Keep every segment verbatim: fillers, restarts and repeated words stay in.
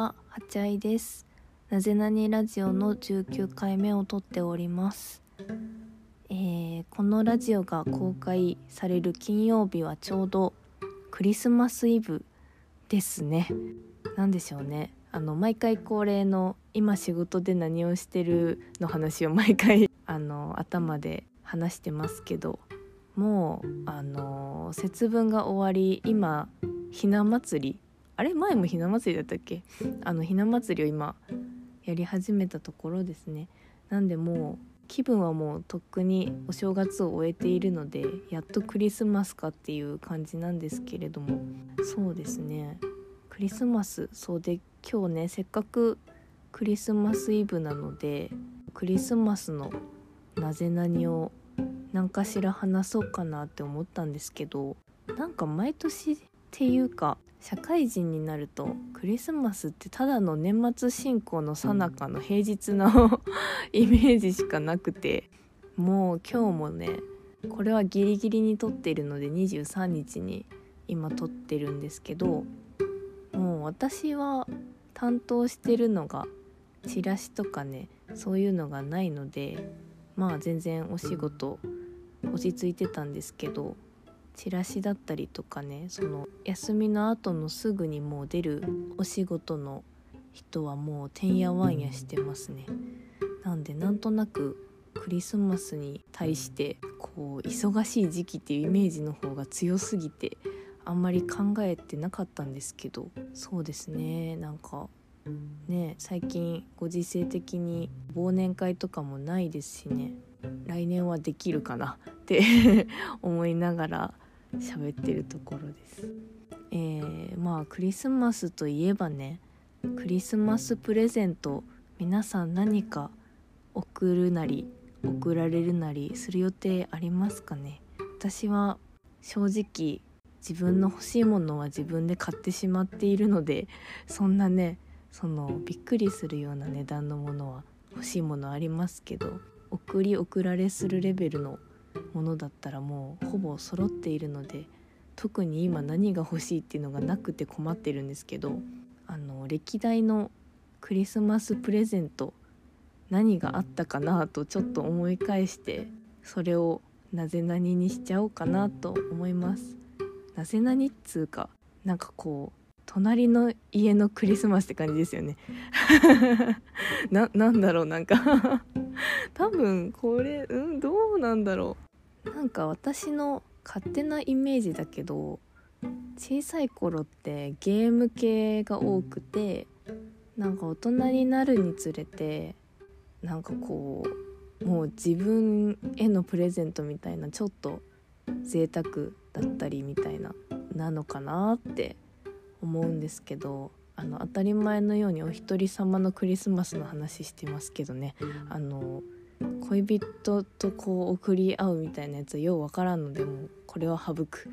は、はちゃいです。なぜなにラジオのじゅうきゅうかいめを撮っております。えー、このラジオが公開される金曜日はちょうどクリスマスイブですね。なんでしょうね。あの毎回恒例の今仕事で何をしてるの話を毎回あの頭で話してますけど、もうあの節分が終わり、今ひな祭り、あれ前もひな祭りだったっけ、あのひな祭りを今やり始めたところですね。なんでもう気分はもうとっくにお正月を終えているので、やっとクリスマスかっていう感じなんですけれども、そうですね、クリスマス、そうで今日ね、せっかくクリスマスイブなので、クリスマスのなぜなにを何かしら話そうかなって思ったんですけど、なんか毎年っていうか社会人になるとクリスマスってただの年末進行の最中の平日のイメージしかなくて、もう今日もね、これはギリギリに撮っているのでにじゅうさんにちに今撮ってるんですけど、もう私は担当してるのがチラシとかね、そういうのがないので、まあ全然お仕事落ち着いてたんですけど、チラシだったりとかね、その休みの後のすぐにもう出るお仕事の人はもうてんやわんやしてますね。なんでなんとなくクリスマスに対してこう忙しい時期っていうイメージの方が強すぎてあんまり考えてなかったんですけど、そうですね、なんかね、最近ご時世的に忘年会とかもないですしね、来年はできるかなって思いながら喋ってるところです。えー、まあクリスマスといえばね、クリスマスプレゼント皆さん何か送るなり送られるなりする予定ありますかね。私は正直自分の欲しいものは自分で買ってしまっているので、そんなね、そのびっくりするような値段のものは欲しいものありますけど、送り送られするレベルのものだったらもうほぼ揃っているので、特に今何が欲しいっていうのがなくて困ってるんですけど、あの歴代のクリスマスプレゼント何があったかなとちょっと思い返して、それをなぜなににしちゃおうかなと思います。なぜなにっつうか、なんかこう隣の家のクリスマスって感じですよねな, なんだろうなんか多分これうんどうなんだろう、なんか私の勝手なイメージだけど、小さい頃ってゲーム系が多くて、なんか大人になるにつれてなんかこうもう自分へのプレゼントみたいな、ちょっと贅沢だったりみたいななのかなって思うんですけど、あの当たり前のようにお一人様のクリスマスの話してますけどね、あの恋人とこう送り合うみたいなやつはようわからんので、もうこれは省く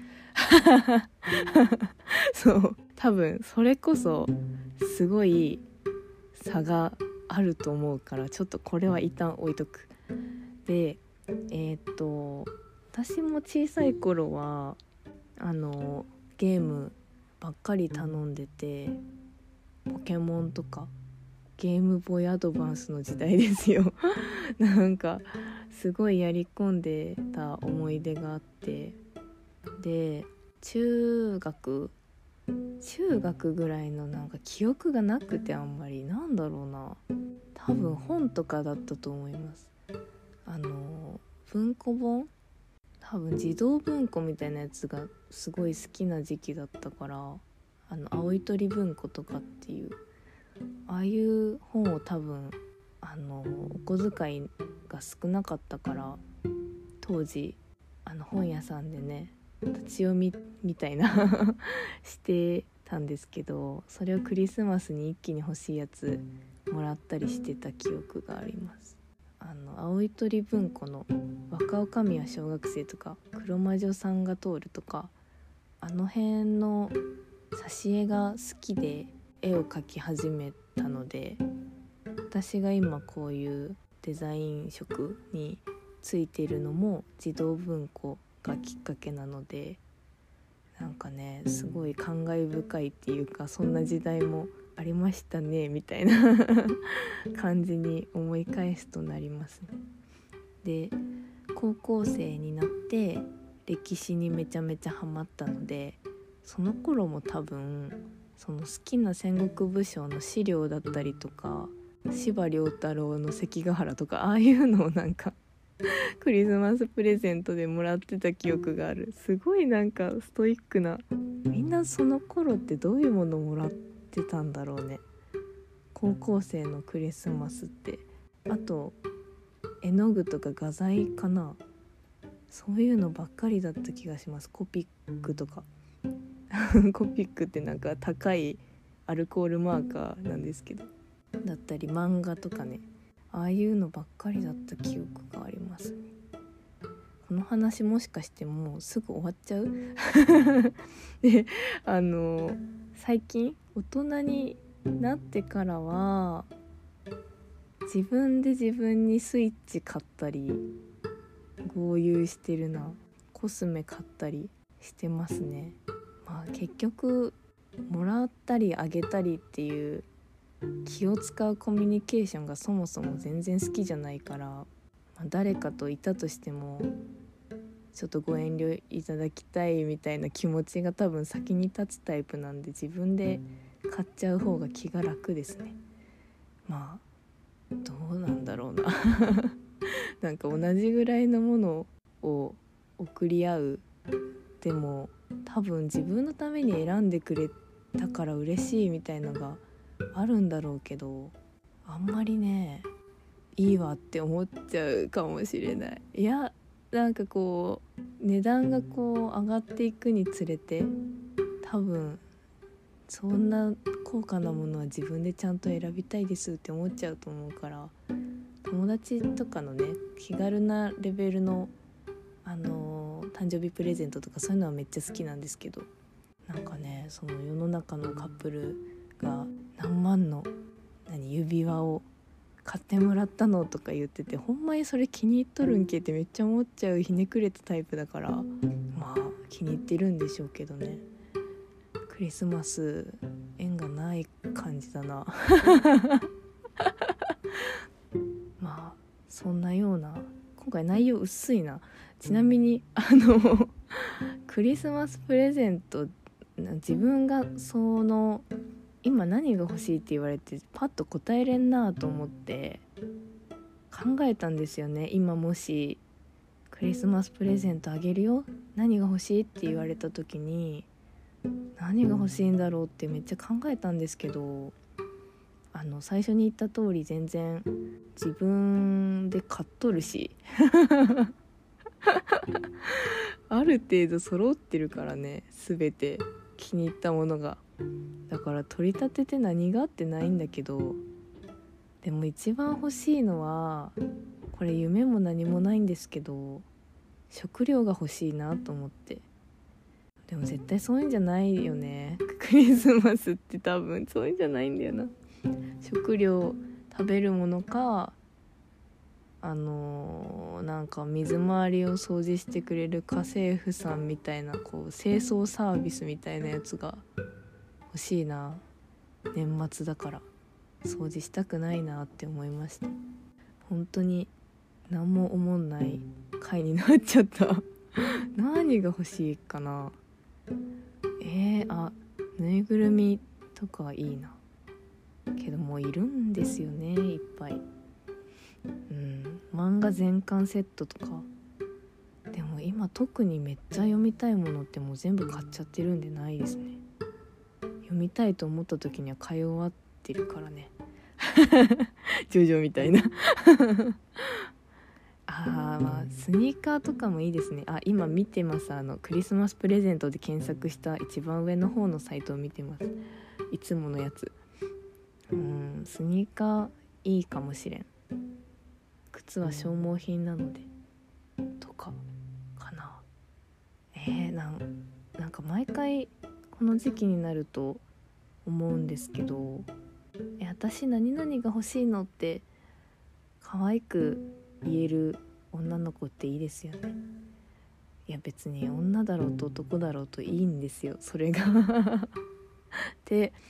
そう多分それこそすごい差があると思うから、ちょっとこれは一旦置いとく。でえー、っと私も小さい頃はあのゲームばっかり頼んでて、ポケモンとかゲームボーイアドバンスの時代ですよなんかすごいやり込んでた思い出があって、で中学中学ぐらいのなんか記憶がなくて、あんまりなんだろうな、多分本とかだったと思います。あの文庫本、多分児童文庫みたいなやつがすごい好きな時期だったから、あの青い鳥文庫とかっていうああいう本を多分あのお小遣いが少なかったから、当時あの本屋さんでね立ち読みみたいなしてたんですけど、それをクリスマスに一気に欲しいやつもらったりしてた記憶があります。あの青い鳥文庫の若女将は小学生とか黒魔女さんが通るとか、あの辺の挿絵が好きで絵を描き始めたので、私が今こういうデザイン職についているのも児童文庫がきっかけなので、なんかねすごい感慨深いっていうか、そんな時代もあありましたねみたいな感じに思い返すとなりますね。で高校生になって歴史にめちゃめちゃハマったので、その頃も多分その好きな戦国武将の資料だったりとか、司馬遼太郎の関ヶ原とか、ああいうのをなんかクリスマスプレゼントでもらってた記憶がある。すごいなんかストイックな、みんなその頃ってどういうものもらってたんだろうね、高校生のクリスマスって。あと絵の具とか画材かな、そういうのばっかりだった気がします。コピックとかコピックってなんか高いアルコールマーカーなんですけど、だったり漫画とかね、ああいうのばっかりだった記憶がありますね。この話もしかしてもうすぐ終わっちゃうで、あの最近大人になってからは自分で自分にスイッチ買ったり豪遊してるな。コスメ買ったりしてますね。まあ結局もらったりあげたりっていう気を使うコミュニケーションがそもそも全然好きじゃないから、まあ、誰かといたとしてもちょっとご遠慮いただきたいみたいな気持ちが多分先に立つタイプなんで、自分で買っちゃう方が気が楽ですね。まあどうなんだろうななんか同じぐらいのものを送り合う、でも多分自分のために選んでくれたから嬉しいみたいのがあるんだろうけど、あんまりねいいわって思っちゃうかもしれない。いやなんかこう値段がこう上がっていくにつれて、多分そんな高価なものは自分でちゃんと選びたいですって思っちゃうと思うから、友達とかのね気軽なレベルのあのー、誕生日プレゼントとかそういうのはめっちゃ好きなんですけど、なんかねその世の中のカップルが何万の何指輪を買ってもらったのとか言ってて、ほんまにそれ気に入っとるんけってめっちゃ思っちゃうひねくれたタイプだから、まあ気に入ってるんでしょうけどね。クリスマス縁がない感じだなまあそんなような、今回内容薄いな。ちなみにあのクリスマスプレゼント、自分がその今何が欲しいって言われてパッと答えれんなと思って考えたんですよね。今もしクリスマスプレゼントあげるよ、何が欲しいって言われた時に何が欲しいんだろうってめっちゃ考えたんですけど、あの最初に言った通り全然自分で買っとるしある程度揃ってるからね、全て気に入ったものが。だから取り立てて何があってないんだけど、でも一番欲しいのはこれ夢も何もないんですけど、食料が欲しいなと思って。でも絶対そういうんじゃないよね、クリスマスって多分そういうんじゃないんだよな。食料、食べるものか、あのー、なんか水回りを掃除してくれる家政婦さんみたいなこう清掃サービスみたいなやつが欲しいな。年末だから掃除したくないなって思いました。本当に何も思んない回になっちゃった何が欲しいかな。えー、あぬいぐるみとかいいな。けどもういるんですよね、いっぱい。うん、漫画全巻セットとか。でも今特にめっちゃ読みたいものってもう全部買っちゃってるんでないですね。読みたいと思った時には買い終わってるからねジョジョみたいなあー、まあスニーカーとかもいいですね。あ、今見てます。あのクリスマスプレゼントで検索した一番上の方のサイトを見てます。いつものやつ。うん、スニーカーいいかもしれん。靴は消耗品なのでとかかな。えー、なんなんか毎回この時期になると思うんですけど、え私何々が欲しいのって可愛く言える女の子っていいですよね。いや別に女だろうと男だろうといいんですよ、それがって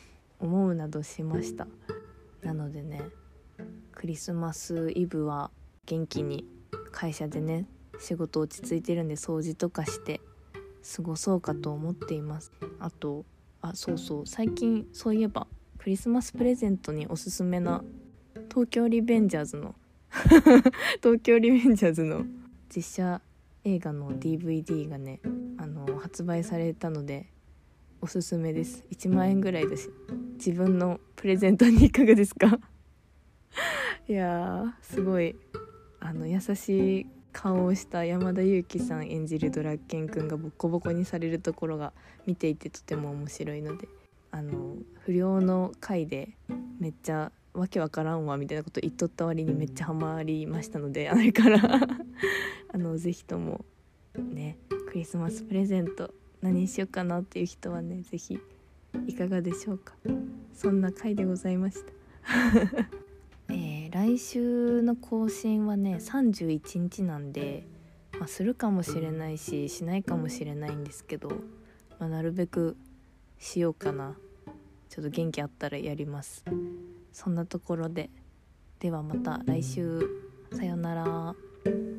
思うなどしました。なのでね、クリスマスイブは元気に会社でね仕事落ち着いてるんで掃除とかして過ごそうかと思っています。あとあそうそう最近そういえばクリスマスプレゼントにおすすめな東京リベンジャーズの東京リベンジャーズの実写映画の ディーブイディー がねあの発売されたのでおすすめです。いちまんえんぐらいだし自分のプレゼントにいかがですかいやーすごいあの優しい顔をした山田裕貴さん演じるドラッケン君がボコボコにされるところが見ていてとても面白いので、あの不良の回でめっちゃわけわからんわみたいなこと言っとった割にめっちゃハマりましたので、あれからあのぜひともねクリスマスプレゼント何にしようかなっていう人はねぜひいかがでしょうか。そんな回でございましたえー、来週の更新はねさんじゅういちにちなんで、まあ、するかもしれないししないかもしれないんですけど、まあ、なるべくしようかな。ちょっと元気あったらやります。そんなところでではまた来週さよなら。